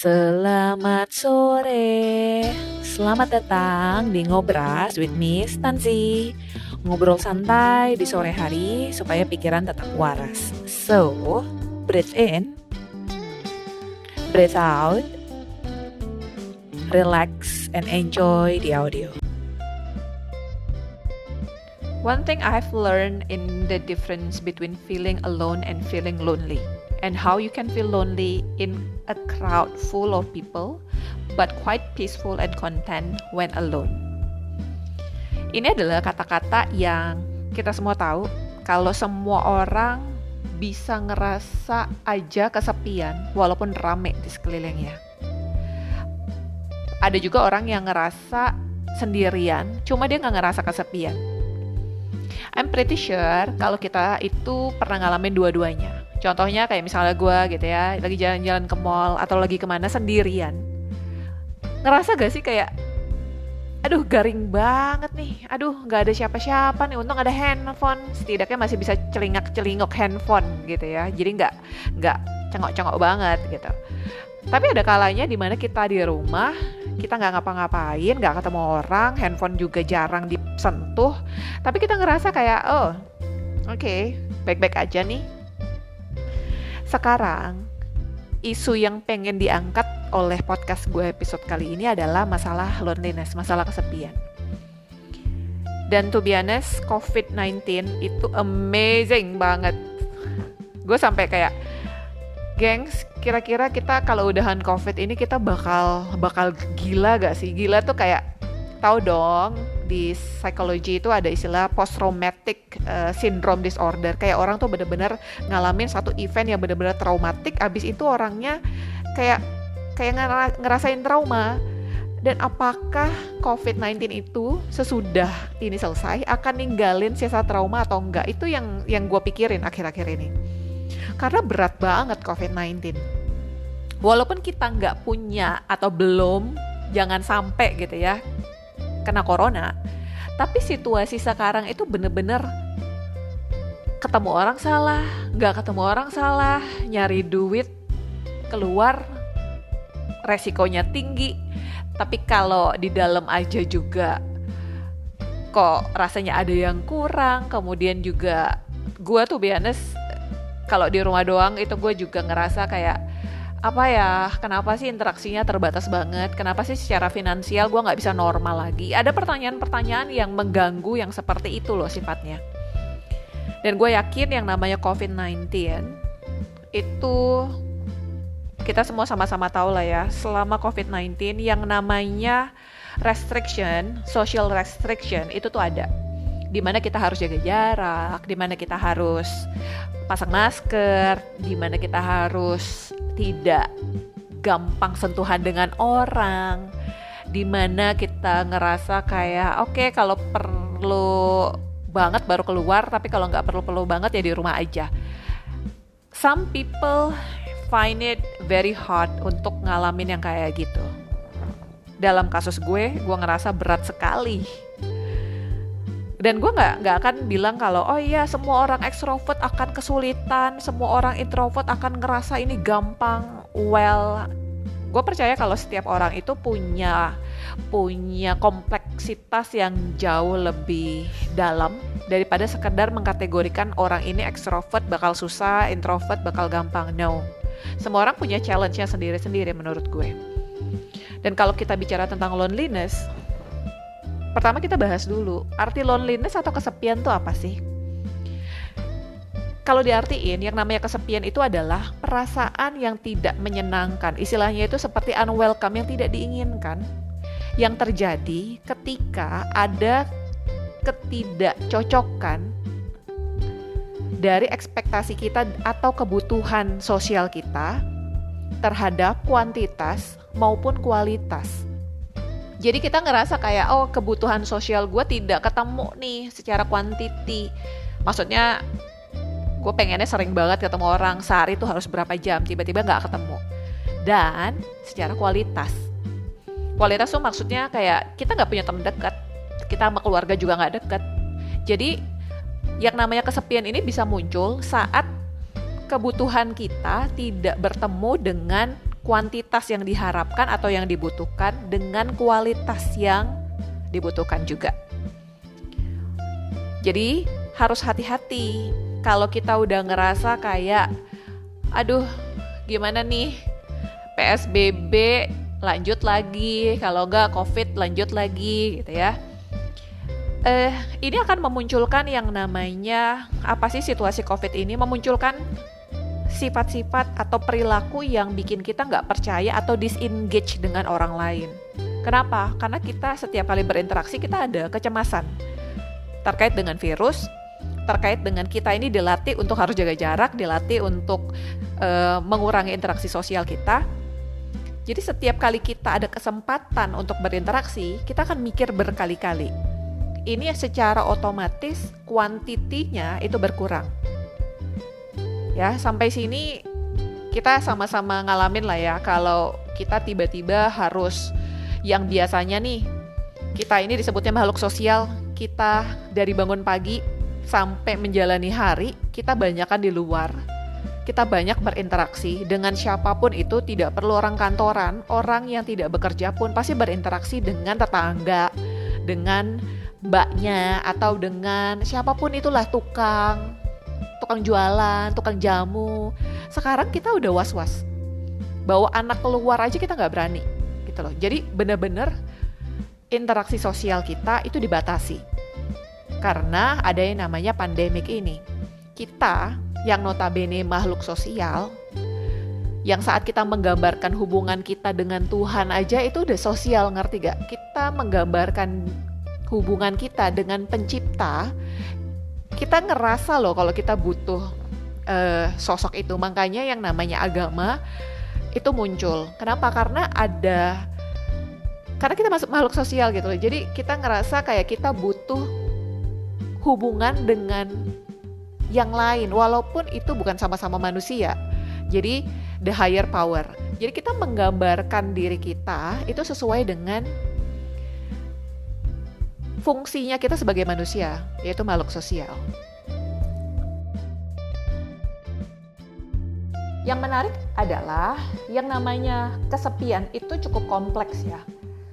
Selamat sore, selamat datang di Ngobras with Miss Tansi. Ngobrol santai di sore hari supaya pikiran tetap waras. So, breathe in, breathe out, relax and enjoy the audio. One thing I've learned in the difference between feeling alone and feeling lonely, and how you can feel lonely in a crowd full of people, but quite peaceful and content when alone. Ini adalah kata-kata yang kita semua tahu, kalau semua orang bisa ngerasa aja kesepian walaupun rame di sekelilingnya. Ada juga orang yang ngerasa sendirian, cuma dia nggak ngerasa kesepian. I'm pretty sure kalau kita itu pernah ngalamin dua-duanya. Contohnya kayak misalnya gue gitu ya, lagi jalan-jalan ke mall atau lagi kemana sendirian. Ngerasa gak sih kayak, aduh garing banget nih, aduh gak ada siapa-siapa nih, untung ada handphone, setidaknya masih bisa celingak-celingok handphone gitu ya. Jadi gak cengok-cengok banget gitu. Tapi ada kalanya dimana kita di rumah, kita gak ngapa-ngapain, gak ketemu orang, handphone juga jarang disentuh, tapi kita ngerasa kayak, oke, baik-baik aja nih. Sekarang, isu yang pengen diangkat oleh podcast gue episode kali ini adalah masalah loneliness, masalah kesepian. Dan to be honest, COVID-19 itu amazing banget. Gue sampai kayak, gengs, kira-kira kita kalau udahan COVID ini kita bakal gila gak sih? Gila tuh kayak, tahu dong, di psikologi itu ada istilah post-traumatic syndrome disorder. Kayak orang tuh bener-bener ngalamin satu event yang bener-bener traumatik, abis itu orangnya kayak ngerasain trauma. Dan apakah COVID-19 itu sesudah ini selesai akan ninggalin sisa trauma atau enggak? Itu yang gue pikirin akhir-akhir ini. Karena berat banget COVID-19. Walaupun kita nggak punya atau belum, jangan sampai gitu ya, kena corona. Tapi situasi sekarang itu bener-bener ketemu orang salah, nggak ketemu orang salah, nyari duit, keluar, resikonya tinggi. Tapi kalau di dalam aja juga kok rasanya ada yang kurang. Kemudian juga gue tuh biasa kalau di rumah doang itu gue juga ngerasa kayak apa ya, kenapa sih interaksinya terbatas banget, kenapa sih secara finansial gue gak bisa normal lagi. Ada pertanyaan-pertanyaan yang mengganggu yang seperti itu loh sifatnya. Dan gue yakin yang namanya COVID-19 itu kita semua sama-sama tahu lah ya, selama COVID-19 yang namanya restriction, social restriction itu tuh ada. Dimana kita harus jaga jarak, dimana kita harus pasang masker, dimana kita harus tidak gampang sentuhan dengan orang, dimana kita ngerasa kayak oke, kalau perlu banget baru keluar, tapi kalau nggak perlu banget ya di rumah aja. Some people find it very hard untuk ngalamin yang kayak gitu. Dalam kasus gue ngerasa berat sekali. Dan gue nggak akan bilang kalau oh iya semua orang ekstrovert akan kesulitan, semua orang introvert akan ngerasa ini gampang. Well, gue percaya kalau setiap orang itu punya kompleksitas yang jauh lebih dalam daripada sekedar mengkategorikan orang ini ekstrovert bakal susah, introvert bakal gampang. No, semua orang punya challenge-nya sendiri-sendiri menurut gue. Dan kalau kita bicara tentang loneliness, pertama kita bahas dulu, arti loneliness atau kesepian itu apa sih? Kalau diartiin, yang namanya kesepian itu adalah perasaan yang tidak menyenangkan. Istilahnya itu seperti unwelcome, yang tidak diinginkan. Yang terjadi ketika ada ketidakcocokan dari ekspektasi kita atau kebutuhan sosial kita terhadap kuantitas maupun kualitas. Jadi kita ngerasa kayak kebutuhan sosial gue tidak ketemu nih secara kuantiti. Maksudnya gue pengennya sering banget ketemu orang, sehari tuh harus berapa jam, tiba-tiba gak ketemu. Dan secara kualitas tuh maksudnya kayak kita gak punya teman dekat, kita sama keluarga juga gak dekat. Jadi yang namanya kesepian ini bisa muncul saat kebutuhan kita tidak bertemu dengan kuantitas yang diharapkan atau yang dibutuhkan dengan kualitas yang dibutuhkan juga. Jadi harus hati-hati kalau kita udah ngerasa kayak, aduh gimana nih, PSBB lanjut lagi, kalau enggak COVID lanjut lagi gitu ya. Ini akan memunculkan yang namanya, apa sih situasi COVID ini, memunculkan sifat-sifat atau perilaku yang bikin kita nggak percaya atau disengage dengan orang lain. Kenapa? Karena kita setiap kali berinteraksi kita ada kecemasan terkait dengan virus, terkait dengan kita ini dilatih untuk harus jaga jarak, dilatih untuk mengurangi interaksi sosial kita. Jadi setiap kali kita ada kesempatan untuk berinteraksi, kita akan mikir berkali-kali. Ini secara otomatis kuantitinya itu berkurang. Ya, sampai sini kita sama-sama ngalamin lah ya, kalau kita tiba-tiba harus, yang biasanya nih, kita ini disebutnya makhluk sosial, kita dari bangun pagi sampai menjalani hari, kita banyakkan di luar. Kita banyak berinteraksi dengan siapapun itu, tidak perlu orang kantoran, orang yang tidak bekerja pun pasti berinteraksi dengan tetangga, dengan mbaknya, atau dengan siapapun itulah, tukang jualan, tukang jamu. Sekarang kita udah was-was, bawa anak keluar aja kita nggak berani gitu loh. Jadi benar-benar interaksi sosial kita itu dibatasi karena ada yang namanya pandemik ini. Kita yang notabene makhluk sosial, yang saat kita menggambarkan hubungan kita dengan Tuhan aja itu udah sosial, ngerti gak? Kita menggambarkan hubungan kita dengan pencipta, kita ngerasa loh kalau kita butuh sosok itu. Makanya yang namanya agama itu muncul. Kenapa? Karena kita masuk makhluk sosial gitu loh. Jadi kita ngerasa kayak kita butuh hubungan dengan yang lain, walaupun itu bukan sama-sama manusia. Jadi the higher power. Jadi kita menggambarkan diri kita itu sesuai dengan fungsinya kita sebagai manusia, yaitu makhluk sosial. Yang menarik adalah yang namanya kesepian itu cukup kompleks ya.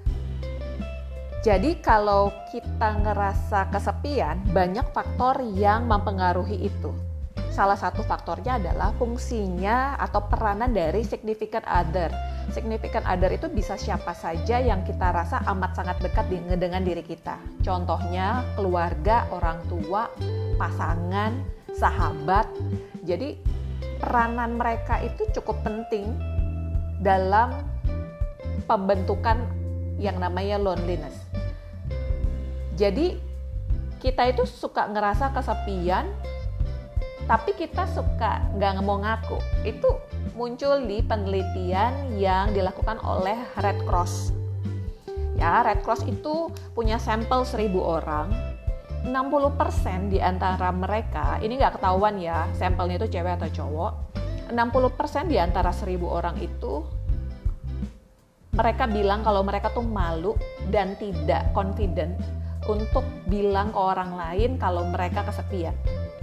Jadi kalau kita ngerasa kesepian, banyak faktor yang mempengaruhi itu. Salah satu faktornya adalah fungsinya atau peranan dari significant other. Significant other itu bisa siapa saja yang kita rasa amat sangat dekat dengan diri kita. Contohnya keluarga, orang tua, pasangan, sahabat. Jadi peranan mereka itu cukup penting dalam pembentukan yang namanya loneliness. Jadi kita itu suka ngerasa kesepian, tapi kita suka nggak mau ngaku. Itu muncul di penelitian yang dilakukan oleh Red Cross. Ya, Red Cross itu punya sampel 1.000 orang. 60% di antara mereka, ini nggak ketahuan ya, sampelnya itu cewek atau cowok. 60% di antara 1.000 orang itu, mereka bilang kalau mereka tuh malu dan tidak confident untuk bilang ke orang lain kalau mereka kesepian.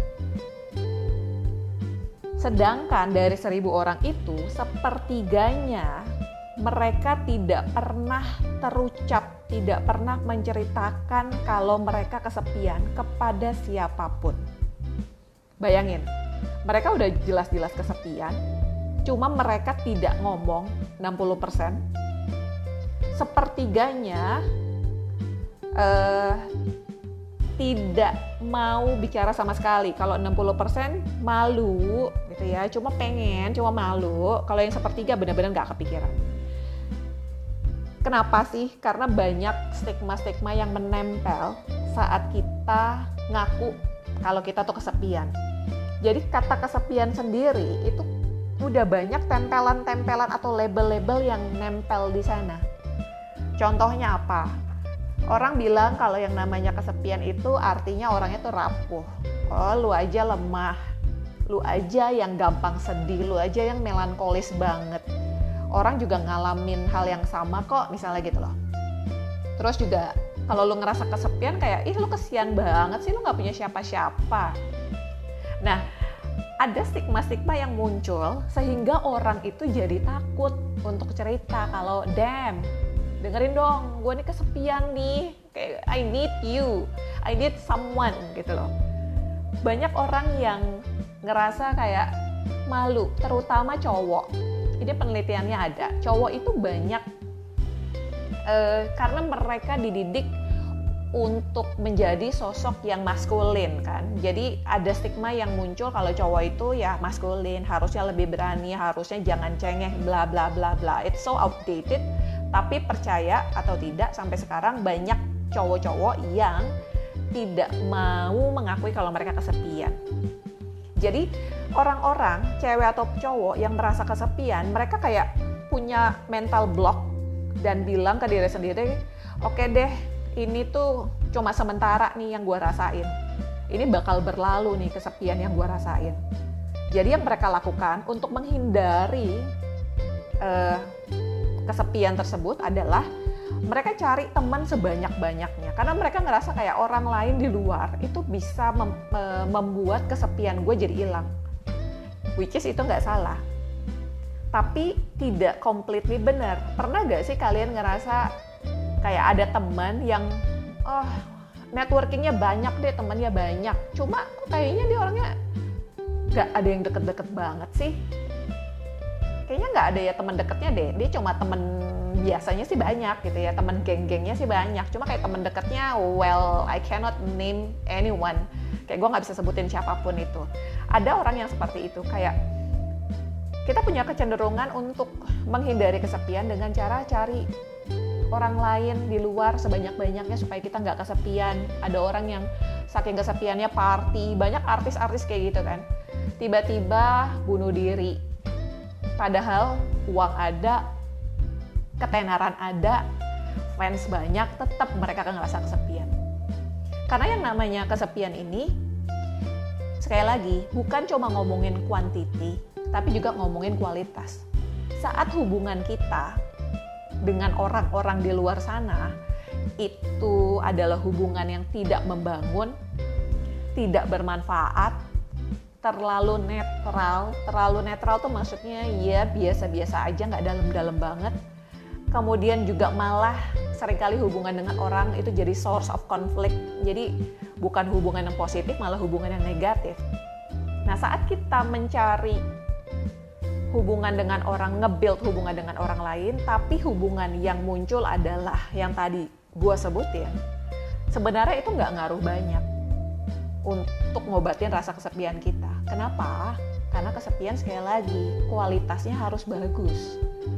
Sedangkan dari 1.000 orang itu, sepertiganya mereka tidak pernah terucap, tidak pernah menceritakan kalau mereka kesepian kepada siapapun. Bayangin, mereka udah jelas-jelas kesepian, cuma mereka tidak ngomong 60%. Sepertiganya tidak mau bicara sama sekali. Kalau 60% malu gitu ya, cuma malu. Kalau yang sepertiga benar-benar gak kepikiran. Kenapa sih? Karena banyak stigma-stigma yang menempel saat kita ngaku kalau kita tuh kesepian. Jadi kata kesepian sendiri itu udah banyak tempelan-tempelan atau label-label yang nempel di sana. Contohnya apa? Orang bilang kalau yang namanya kesepian itu artinya orangnya tuh rapuh. Oh, lu aja lemah, lu aja yang gampang sedih, lu aja yang melankolis banget. Orang juga ngalamin hal yang sama kok, misalnya gitu loh. Terus juga kalau lu ngerasa kesepian kayak, ih lu kesian banget sih, lu gak punya siapa-siapa. Nah, ada stigma-stigma yang muncul sehingga orang itu jadi takut untuk cerita kalau damn, dengerin dong, gue nih kesepian nih, kayak I need you, I need someone gitu loh. Banyak orang yang ngerasa kayak malu, terutama cowok. Ini penelitiannya ada, cowok itu banyak karena mereka dididik untuk menjadi sosok yang maskulin kan. Jadi ada stigma yang muncul kalau cowok itu ya maskulin, harusnya lebih berani, harusnya jangan cengeh, bla bla bla bla. It's so outdated. Tapi percaya atau tidak, sampai sekarang banyak cowok-cowok yang tidak mau mengakui kalau mereka kesepian. Jadi orang-orang, cewek atau cowok yang merasa kesepian, mereka kayak punya mental block dan bilang ke diri sendiri, oke deh, ini tuh cuma sementara nih yang gue rasain. Ini bakal berlalu nih kesepian yang gue rasain. Jadi yang mereka lakukan untuk menghindari kesepian tersebut adalah mereka cari teman sebanyak-banyaknya. Karena mereka ngerasa kayak orang lain di luar itu bisa membuat kesepian gue jadi hilang. Which is itu nggak salah. Tapi tidak completely benar. Pernah gak sih kalian ngerasa kayak ada teman yang networkingnya banyak deh, temannya banyak, cuma kayaknya dia orangnya gak ada yang deket-deket banget sih, kayaknya gak ada ya teman deketnya deh, dia cuma teman biasanya sih banyak gitu ya, teman geng-gengnya sih banyak, cuma kayak teman deketnya well I cannot name anyone, kayak gue gak bisa sebutin siapapun itu. Ada orang yang seperti itu, kayak kita punya kecenderungan untuk menghindari kesepian dengan cara cari orang lain di luar sebanyak-banyaknya supaya kita nggak kesepian. Ada orang yang saking kesepiannya party, banyak artis-artis kayak gitu kan. Tiba-tiba bunuh diri. Padahal uang ada, ketenaran ada, fans banyak, tetap mereka ngerasa kesepian. Karena yang namanya kesepian ini, sekali lagi, bukan cuma ngomongin quantity, tapi juga ngomongin kualitas. Saat hubungan kita dengan orang-orang di luar sana itu adalah hubungan yang tidak membangun, tidak bermanfaat, terlalu netral. Terlalu netral tuh maksudnya ya biasa-biasa aja, nggak dalam-dalam banget. Kemudian juga malah seringkali hubungan dengan orang itu jadi source of conflict. Jadi bukan hubungan yang positif, malah hubungan yang negatif. Nah, saat kita mencari hubungan dengan orang, nge-build hubungan dengan orang lain, tapi hubungan yang muncul adalah yang tadi gue sebutin, sebenarnya itu nggak ngaruh banyak untuk ngobatin rasa kesepian kita. Kenapa? Karena kesepian sekali lagi, kualitasnya harus bagus.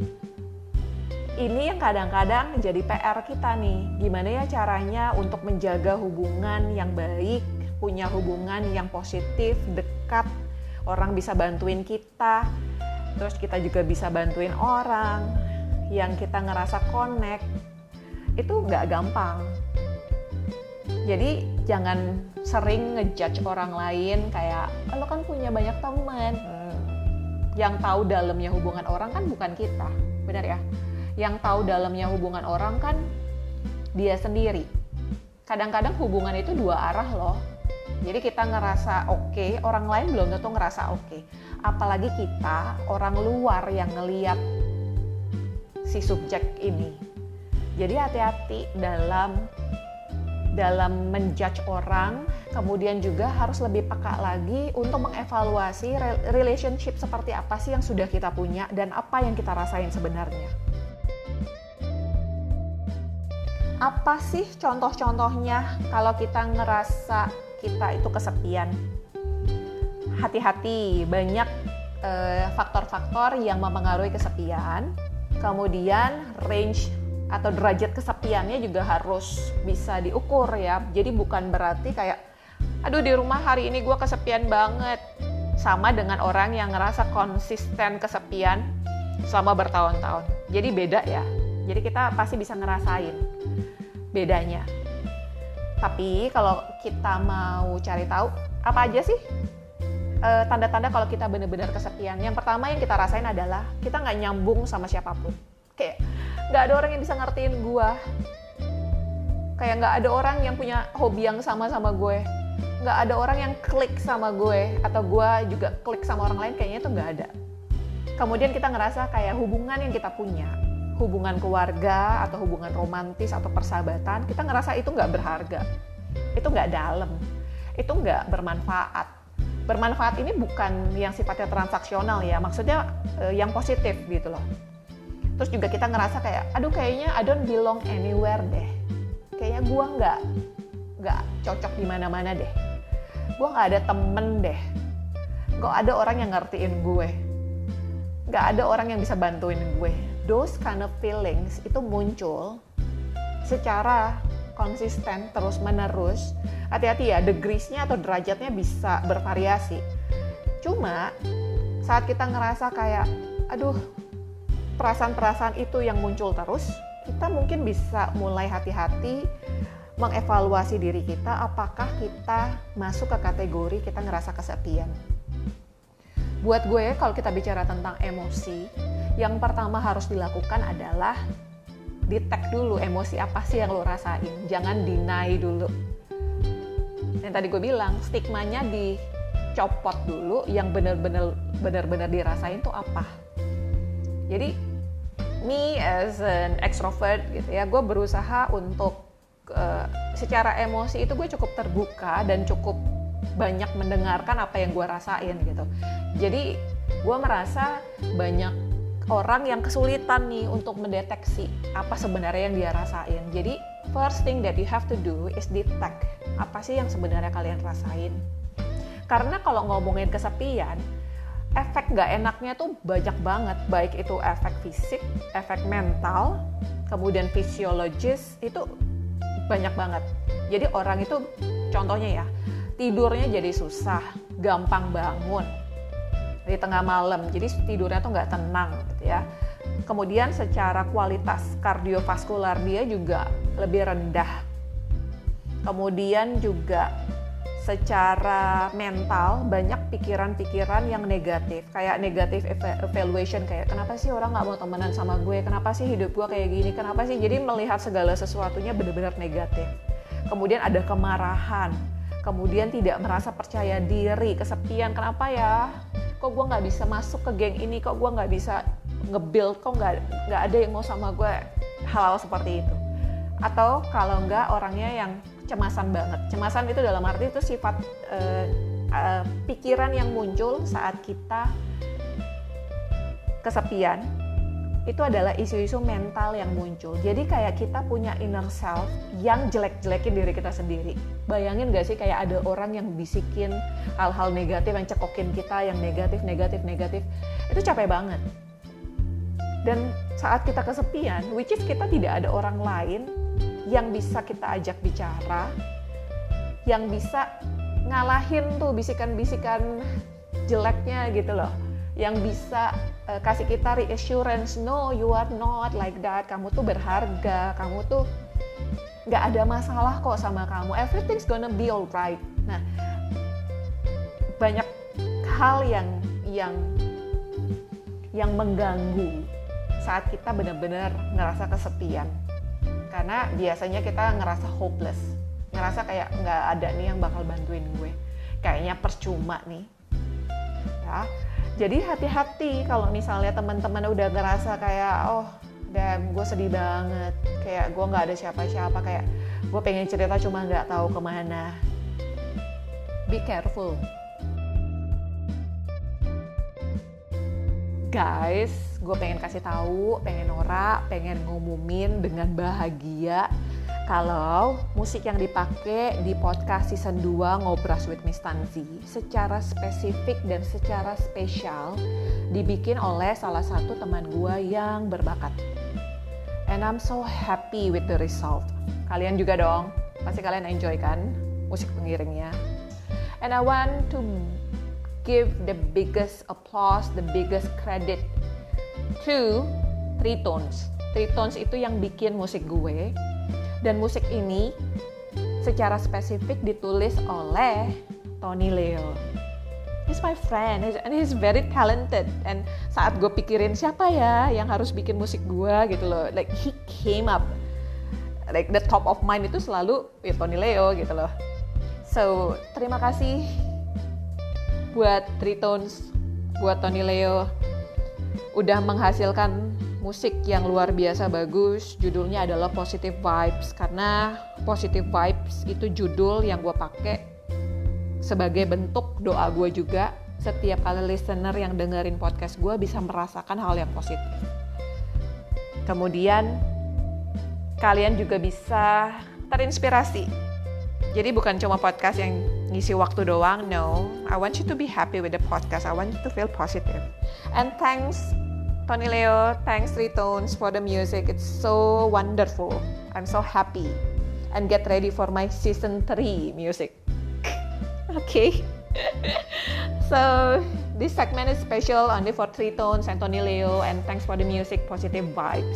Ini yang kadang-kadang jadi PR kita nih, gimana ya caranya untuk menjaga hubungan yang baik, punya hubungan yang positif, dekat, orang bisa bantuin kita, terus kita juga bisa bantuin orang yang kita ngerasa connect. Itu nggak gampang. Jadi jangan sering ngejudge orang lain kayak lo kan punya banyak teman. Yang tahu dalamnya hubungan orang kan bukan kita, benar ya? Yang tahu dalamnya hubungan orang kan dia sendiri. Kadang-kadang hubungan itu dua arah loh. Jadi kita ngerasa oke, orang lain belum tentu ngerasa oke. Apalagi kita, orang luar yang ngeliat si subjek ini. Jadi hati-hati dalam menjudge orang, kemudian juga harus lebih peka lagi untuk mengevaluasi relationship seperti apa sih yang sudah kita punya dan apa yang kita rasain sebenarnya. Apa sih contoh-contohnya kalau kita ngerasa kita itu kesepian? Hati-hati, banyak faktor-faktor yang mempengaruhi kesepian. Kemudian range atau derajat kesepiannya juga harus bisa diukur ya. Jadi bukan berarti kayak, aduh di rumah hari ini gue kesepian banget. Sama dengan orang yang ngerasa konsisten kesepian selama bertahun-tahun. Jadi beda ya. Jadi kita pasti bisa ngerasain bedanya. Tapi kalau kita mau cari tahu, apa aja sih tanda-tanda kalau kita benar-benar kesepian? Yang pertama yang kita rasain adalah kita nggak nyambung sama siapapun. Kayak nggak ada orang yang bisa ngertiin gue. Kayak nggak ada orang yang punya hobi yang sama gue. nggak ada orang yang klik sama gue atau gue juga klik sama orang lain, kayaknya itu nggak ada. Kemudian kita ngerasa kayak hubungan yang kita punya, hubungan keluarga atau hubungan romantis atau persahabatan, kita ngerasa itu nggak berharga, itu nggak dalam, itu nggak bermanfaat. Bermanfaat ini bukan yang sifatnya transaksional ya, maksudnya yang positif gitu loh. Terus juga kita ngerasa kayak, aduh kayaknya I don't belong anywhere deh, kayaknya gue nggak cocok di mana-mana deh, gue nggak ada temen deh, nggak ada orang yang ngertiin gue, nggak ada orang yang bisa bantuin gue. Those kind of feelings itu muncul secara konsisten terus menerus. Hati-hati ya, degrees-nya atau derajatnya bisa bervariasi. Cuma saat kita ngerasa kayak, aduh perasaan-perasaan itu yang muncul terus, kita mungkin bisa mulai hati-hati mengevaluasi diri kita, apakah kita masuk ke kategori kita ngerasa kesepian. Buat gue, kalau kita bicara tentang emosi, yang pertama harus dilakukan adalah detect dulu emosi apa sih yang lo rasain. Jangan deny dulu. Yang tadi gue bilang, stigmanya dicopot dulu, yang benar-benar dirasain tuh apa. Jadi, me as an extrovert gitu ya, gue berusaha untuk secara emosi itu gue cukup terbuka dan cukup banyak mendengarkan apa yang gue rasain gitu. Jadi gue merasa banyak orang yang kesulitan nih untuk mendeteksi apa sebenarnya yang dia rasain. Jadi first thing that you have to do is detect apa sih yang sebenarnya kalian rasain. Karena kalau ngomongin kesepian, efek gak enaknya tuh banyak banget, baik itu efek fisik, efek mental, kemudian fisiologis, itu banyak banget. Jadi orang itu contohnya ya, tidurnya jadi susah, gampang bangun di tengah malam, jadi tidurnya tuh nggak tenang gitu ya. Kemudian secara kualitas kardiovaskular dia juga lebih rendah. Kemudian juga secara mental banyak pikiran-pikiran yang negatif, kayak negative evaluation, kayak kenapa sih orang nggak mau temenan sama gue, kenapa sih hidup gue kayak gini, kenapa sih, jadi melihat segala sesuatunya benar-benar negatif. Kemudian ada kemarahan, kemudian tidak merasa percaya diri, kesepian, kenapa ya, kok gue nggak bisa masuk ke geng ini, kok gue nggak bisa nge-build, kok nggak ada yang mau sama gue, hal-hal seperti itu. Atau kalau nggak orangnya yang cemasan banget. Cemasan itu dalam arti itu sifat pikiran yang muncul saat kita kesepian. Itu adalah isu-isu mental yang muncul. Jadi kayak kita punya inner self yang jelek-jelekin diri kita sendiri. Bayangin gak sih kayak ada orang yang bisikin hal-hal negatif, yang cekokin kita, yang negatif. Itu capek banget. Dan saat kita kesepian, which is kita tidak ada orang lain yang bisa kita ajak bicara, yang bisa ngalahin tuh bisikan-bisikan jeleknya gitu loh, yang bisa kasih kita reassurance, no you are not like that, kamu tuh berharga, kamu tuh gak ada masalah kok sama kamu, everything's gonna be alright. Nah, banyak hal yang mengganggu saat kita benar-benar ngerasa kesepian. Karena biasanya kita ngerasa hopeless, ngerasa kayak nggak ada nih yang bakal bantuin gue, kayaknya percuma nih. Ya, jadi hati-hati kalau misalnya teman-teman udah ngerasa kayak, oh, damn, gue sedih banget, kayak gue nggak ada siapa-siapa, kayak gue pengen cerita cuma nggak tahu kemana. Be careful, guys. Gue pengen kasih tahu, pengen norak, pengen ngumumin dengan bahagia kalau musik yang dipakai di podcast season 2 Ngobras with Miss Tanzi secara spesifik dan secara spesial dibikin oleh salah satu teman gue yang berbakat. And I'm so happy with the result. Kalian juga dong, pasti kalian enjoy kan musik pengiringnya. And I want to give the biggest applause, the biggest credit to Three Tones. Three Tones itu yang bikin musik gue, dan musik ini secara spesifik ditulis oleh Tony Leo. He's my friend and he's very talented. And saat gue pikirin siapa ya yang harus bikin musik gue gitu loh, like he came up, like the top of mind itu selalu Tony Leo gitu loh. So, terima kasih buat Tritones, buat Tony Leo, udah menghasilkan musik yang luar biasa bagus. Judulnya adalah Positive Vibes, karena Positive Vibes itu judul yang gue pakai sebagai bentuk doa gue juga. Setiap kali listener yang dengerin podcast gue bisa merasakan hal yang positif. Kemudian kalian juga bisa terinspirasi. Jadi bukan cuma podcast yang ngisi waktu doang, no. I want you to be happy with the podcast. I want you to feel positive. And thanks Tony Leo, thanks Tritones for the music. It's so wonderful. I'm so happy. And get ready for my season 3 music. Okay. So this segment is special only for Tritones and Tony Leo, and thanks for the music, Positive Vibes.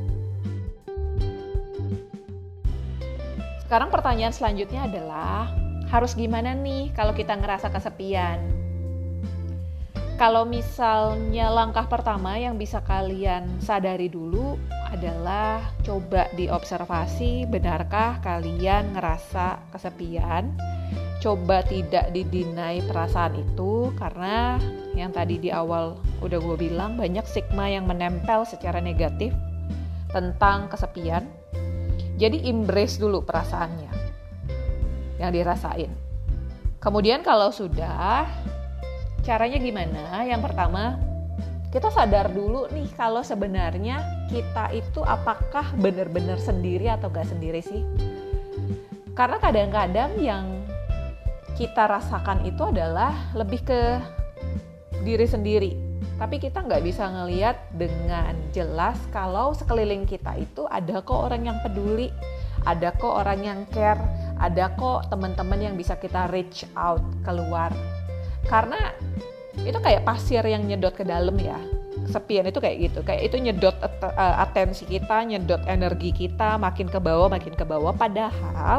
Sekarang pertanyaan selanjutnya adalah, harus gimana nih kalau kita ngerasa kesepian? Kalau misalnya langkah pertama yang bisa kalian sadari dulu adalah coba diobservasi, benarkah kalian ngerasa kesepian? Coba tidak didinai perasaan itu, karena yang tadi di awal udah gue bilang banyak stigma yang menempel secara negatif tentang kesepian. Jadi embrace dulu perasaannya yang dirasain. Kemudian kalau sudah, caranya gimana? Yang pertama, kita sadar dulu nih kalau sebenarnya kita itu apakah benar-benar sendiri atau gak sendiri sih? Karena kadang-kadang yang kita rasakan itu adalah lebih ke diri sendiri. Tapi kita nggak bisa ngelihat dengan jelas kalau sekeliling kita itu ada kok orang yang peduli, ada kok orang yang care, ada kok teman-teman yang bisa kita reach out keluar. Karena itu kayak pasir yang nyedot ke dalam ya. Kesepian itu kayak gitu, kayak itu nyedot atensi kita, nyedot energi kita makin ke bawah. Padahal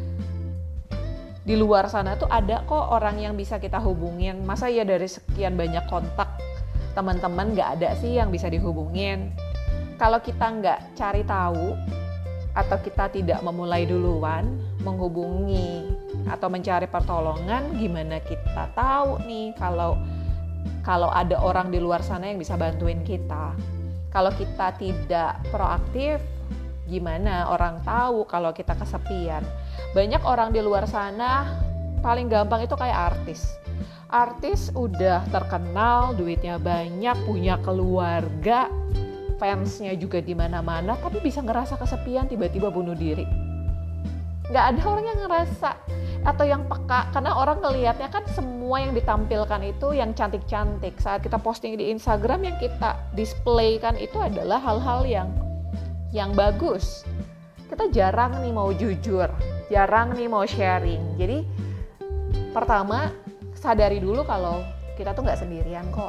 di luar sana tuh ada kok orang yang bisa kita hubungin. Masa ya dari sekian banyak kontak teman-teman gak ada sih yang bisa dihubungin? Kalau kita gak cari tahu atau kita tidak memulai duluan menghubungi atau mencari pertolongan, gimana kita tahu nih kalau ada orang di luar sana yang bisa bantuin kita? Kalau kita tidak proaktif, gimana orang tahu kalau kita kesepian? Banyak orang di luar sana, paling gampang itu kayak artis. Artis udah terkenal, duitnya banyak, punya keluarga, fansnya juga di mana-mana, tapi bisa ngerasa kesepian, tiba-tiba bunuh diri. Nggak ada orang yang ngerasa atau yang peka, karena orang ngelihatnya kan semua yang ditampilkan itu yang cantik-cantik. Saat kita posting di Instagram, yang kita displaykan itu adalah hal-hal yang bagus. Kita jarang nih mau jujur, jarang nih mau sharing. Jadi pertama, sadari dulu kalau kita tuh nggak sendirian kok.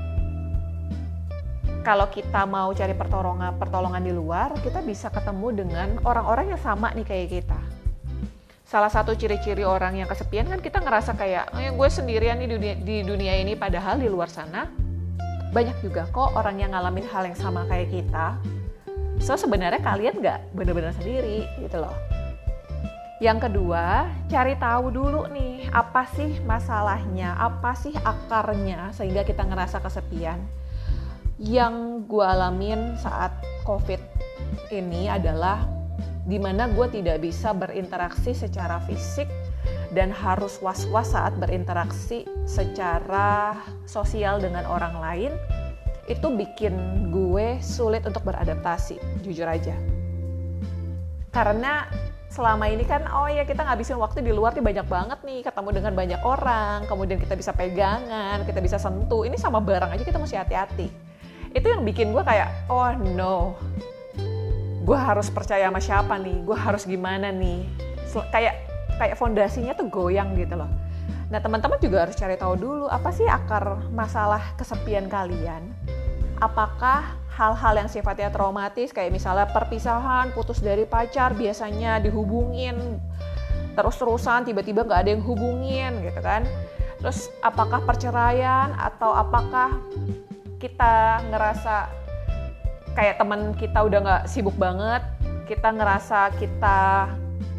Kalau kita mau cari pertolongan di luar, kita bisa ketemu dengan orang-orang yang sama nih kayak kita. Salah satu ciri-ciri orang yang kesepian kan kita ngerasa kayak gue sendirian nih di dunia ini, padahal di luar sana banyak juga kok orang yang ngalamin hal yang sama kayak kita. So sebenarnya kalian nggak benar-benar sendiri gitu loh. Yang kedua, cari tahu dulu nih apa sih masalahnya, apa sih akarnya sehingga kita ngerasa kesepian. Yang gue alamin saat COVID ini adalah dimana gue tidak bisa berinteraksi secara fisik dan harus was-was saat berinteraksi secara sosial dengan orang lain. Itu bikin gue sulit untuk beradaptasi, jujur aja. Karena selama ini kan, kita ngabisin waktu di luar tuh banyak banget nih, ketemu dengan banyak orang, kemudian kita bisa pegangan, kita bisa sentuh, ini sama barang aja kita mesti hati-hati. Itu yang bikin gue kayak, oh no, gue harus percaya sama siapa nih, gue harus gimana nih, kayak fondasinya tuh goyang gitu loh. Nah teman-teman juga harus cari tahu dulu, apa sih akar masalah kesepian kalian? Apakah hal-hal yang sifatnya traumatis, kayak misalnya perpisahan, putus dari pacar, biasanya dihubungin terus-terusan, tiba-tiba gak ada yang hubungin gitu kan. Terus apakah perceraian, atau apakah kita ngerasa kayak teman kita udah gak sibuk banget, kita ngerasa kita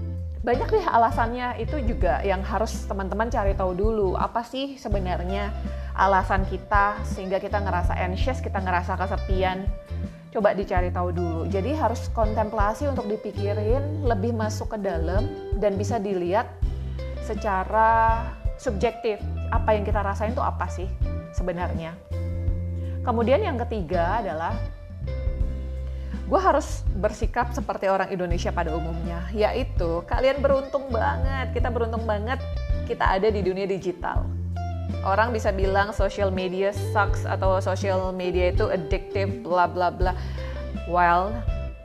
banyak deh alasannya. Itu juga yang harus teman-teman cari tahu dulu. Apa sih sebenarnya alasan kita sehingga kita ngerasa anxious, kita ngerasa kesepian. Coba dicari tahu dulu. Jadi harus kontemplasi untuk dipikirin, lebih masuk ke dalam dan bisa dilihat secara subjektif. Apa yang kita rasain tuh apa sih sebenarnya. Kemudian yang ketiga adalah gue harus bersikap seperti orang Indonesia pada umumnya, yaitu kalian beruntung banget, kita beruntung banget kita ada di dunia digital. Orang bisa bilang social media sucks atau social media itu addictive, bla bla bla. Well,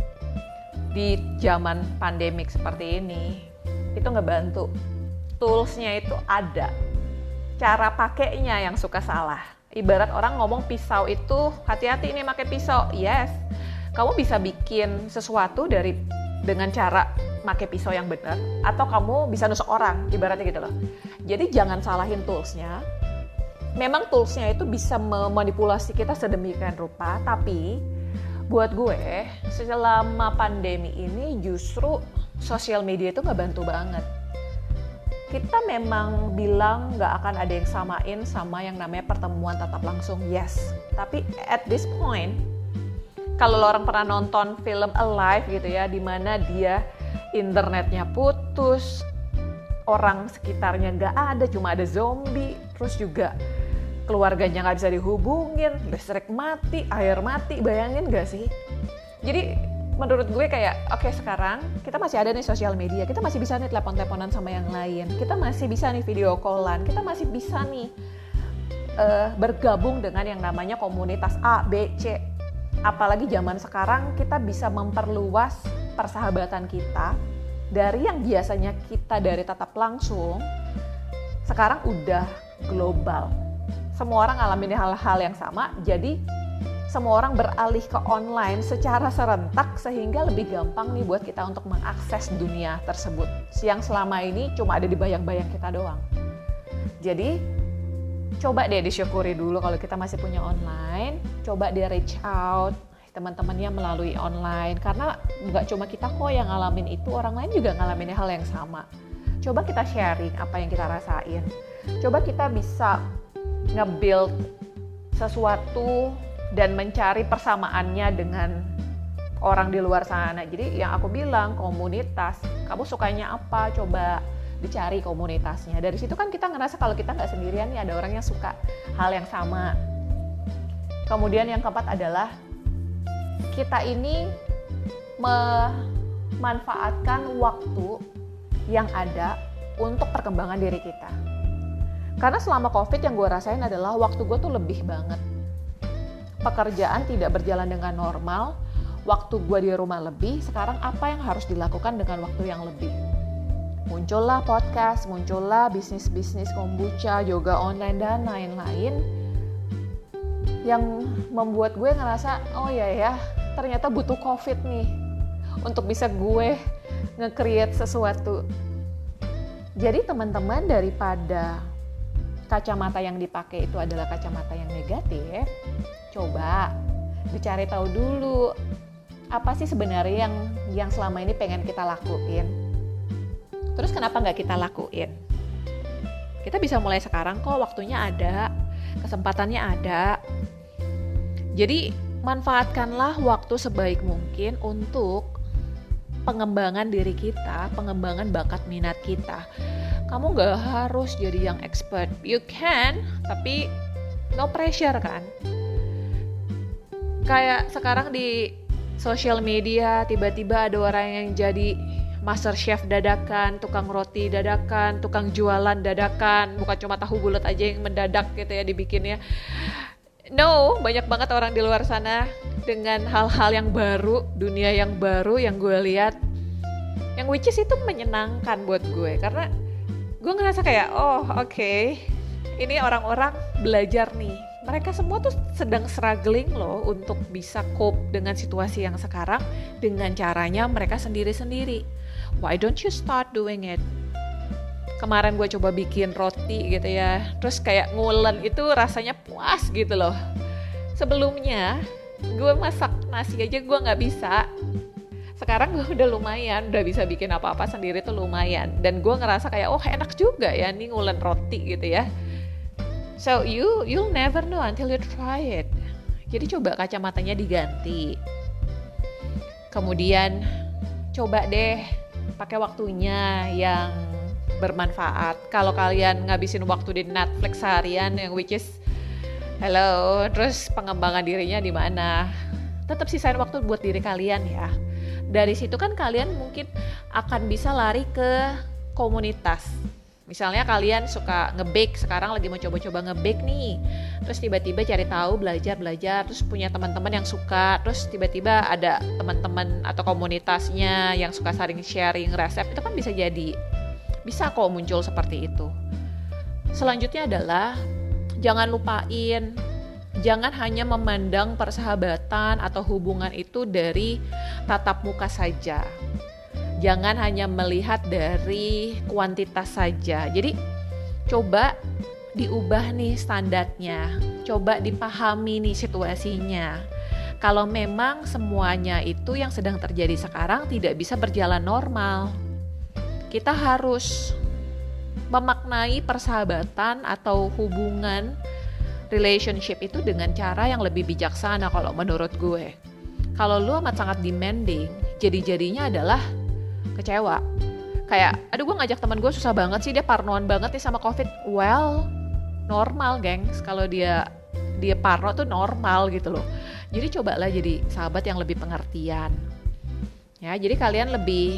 di zaman pandemik seperti ini, itu ngebantu. Toolsnya itu ada, cara pakainya yang suka salah. Ibarat orang ngomong pisau itu, hati-hati ini pakai pisau, yes. Kamu bisa bikin sesuatu dengan cara pakai pisau yang benar, atau kamu bisa nusuk orang, ibaratnya gitu loh. Jadi jangan salahin toolsnya. Memang toolsnya itu bisa memanipulasi kita sedemikian rupa, tapi buat gue selama pandemi ini justru sosial media itu nggak bantu banget. Kita memang bilang nggak akan ada yang samain sama yang namanya pertemuan tatap langsung, yes. Tapi at this point, kalau orang pernah nonton film Alive gitu ya, di mana dia internetnya putus, orang sekitarnya nggak ada, cuma ada zombie, terus juga keluarganya nggak bisa dihubungin, listrik mati, air mati, bayangin nggak sih? Jadi menurut gue kayak, oke, sekarang kita masih ada nih sosial media, kita masih bisa nih telepon-teleponan sama yang lain, kita masih bisa nih video callan, kita masih bisa nih bergabung dengan yang namanya komunitas A, B, C. Apalagi zaman sekarang kita bisa memperluas persahabatan kita dari yang biasanya kita dari tatap langsung, sekarang udah global. Semua orang ngalamin hal-hal yang sama, jadi semua orang beralih ke online secara serentak sehingga lebih gampang nih buat kita untuk mengakses dunia tersebut. Yang selama ini cuma ada di bayang-bayang kita doang. Jadi coba deh disyukuri dulu kalau kita masih punya online, coba deh reach out teman-temannya melalui online, karena nggak cuma kita kok yang ngalamin itu, orang lain juga ngalamin hal yang sama. Coba kita sharing apa yang kita rasain, coba kita bisa nge-build sesuatu dan mencari persamaannya dengan orang di luar sana. Jadi yang aku bilang, komunitas, kamu sukanya apa, coba dicari komunitasnya. Dari situ kan kita ngerasa kalau kita nggak sendirian nih, ada orang yang suka hal yang sama. Kemudian yang keempat adalah kita ini memanfaatkan waktu yang ada untuk perkembangan diri kita. Karena selama COVID yang gue rasain adalah waktu gue tuh lebih banget. Pekerjaan tidak berjalan dengan normal, waktu gue di rumah lebih, sekarang apa yang harus dilakukan dengan waktu yang lebih? Muncullah podcast, muncullah bisnis-bisnis kombucha, yoga online, dan lain-lain yang membuat gue ngerasa, oh ya, ternyata butuh COVID nih untuk bisa gue nge-create sesuatu. Jadi teman-teman, daripada kacamata yang dipakai itu adalah kacamata yang negatif, coba dicari tahu dulu apa sih sebenarnya yang selama ini pengen kita lakuin. Terus kenapa nggak kita lakuin? Kita bisa mulai sekarang kok, waktunya ada, kesempatannya ada. Jadi manfaatkanlah waktu sebaik mungkin untuk pengembangan diri kita, pengembangan bakat minat kita. Kamu nggak harus jadi yang expert. You can, tapi no pressure kan. Kayak sekarang di social media, tiba-tiba ada orang yang jadi master chef dadakan, tukang roti dadakan, tukang jualan dadakan, bukan cuma tahu bulat aja yang mendadak gitu ya dibikinnya. No, banyak banget orang di luar sana dengan hal-hal yang baru, dunia yang baru yang gue lihat, yang which is itu menyenangkan buat gue, karena gue ngerasa kayak, oke, ini orang-orang belajar nih. Mereka semua tuh sedang struggling loh untuk bisa cope dengan situasi yang sekarang dengan caranya mereka sendiri-sendiri. Why don't you start doing it? Kemarin gue coba bikin roti gitu ya, terus kayak ngulen itu rasanya puas gitu loh. Sebelumnya gue masak nasi aja gue gak bisa. Sekarang gue udah lumayan, udah bisa bikin apa-apa sendiri tuh lumayan. Dan gue ngerasa kayak, oh enak juga ya nih ngulen roti gitu ya. So you'll never know until you try it. Jadi coba kacamatanya diganti. Kemudian coba deh pakai waktunya yang bermanfaat. Kalau kalian ngabisin waktu di Netflix seharian yang which is hello, terus pengembangan dirinya di mana? Tetap sisain waktu buat diri kalian ya. Dari situ kan kalian mungkin akan bisa lari ke komunitas. Misalnya kalian suka nge-bake, sekarang lagi mau coba-coba nge-bake nih. Terus tiba-tiba cari tahu, belajar, terus punya teman-teman yang suka, terus tiba-tiba ada teman-teman atau komunitasnya yang suka saling sharing resep, itu kan bisa jadi. Bisa kok muncul seperti itu. Selanjutnya adalah jangan lupain, jangan hanya memandang persahabatan atau hubungan itu dari tatap muka saja. Jangan hanya melihat dari kuantitas saja. Jadi coba diubah nih standarnya, coba dipahami nih situasinya. Kalau memang semuanya itu yang sedang terjadi sekarang tidak bisa berjalan normal, kita harus memaknai persahabatan atau hubungan relationship itu dengan cara yang lebih bijaksana kalau menurut gue. Kalau lu amat sangat demanding, jadi-jadinya adalah kecewa. Kayak, aduh gue ngajak teman gue susah banget sih, dia parnoan banget nih sama COVID. Well, normal gengs, kalau dia parno tuh normal gitu loh. Jadi cobalah jadi sahabat yang lebih pengertian. Ya, jadi kalian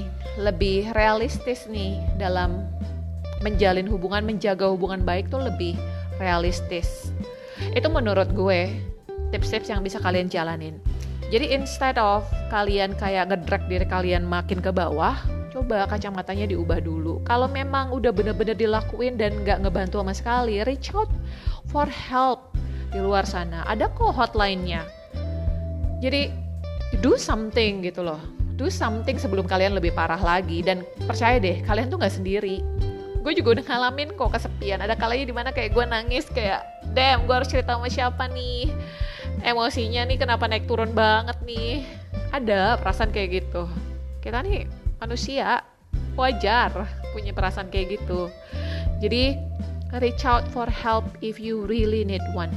lebih realistis nih dalam menjalin hubungan, menjaga hubungan baik tuh lebih realistis. Itu menurut gue tips-tips yang bisa kalian jalanin. Jadi instead of kalian kayak ngedrag diri kalian makin ke bawah, coba kacamatanya diubah dulu. Kalau memang udah bener-bener dilakuin dan gak ngebantu sama sekali, reach out for help di luar sana. Ada kok hotline-nya. Jadi do something gitu loh. Do something sebelum kalian lebih parah lagi. Dan percaya deh, kalian tuh gak sendiri. Gue juga udah ngalamin kok kesepian. Ada kalanya dimana kayak gue nangis kayak, damn gue harus cerita sama siapa nih. Emosinya nih kenapa naik turun banget nih. Ada perasaan kayak gitu. Kita nih manusia, wajar punya perasaan kayak gitu. Jadi reach out for help if you really need one.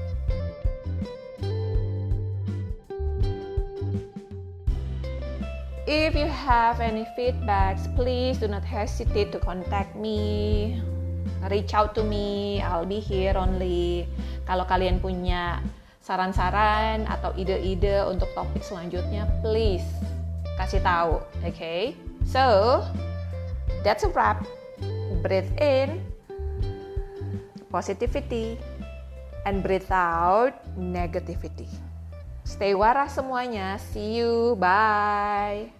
If you have any feedbacks, please do not hesitate to contact me. Reach out to me, I'll be here only. Kalau kalian punya saran-saran atau ide-ide untuk topik selanjutnya, please kasih tahu, okay? So, that's a wrap. Breathe in positivity and breathe out negativity. Stay waras semuanya. See you. Bye.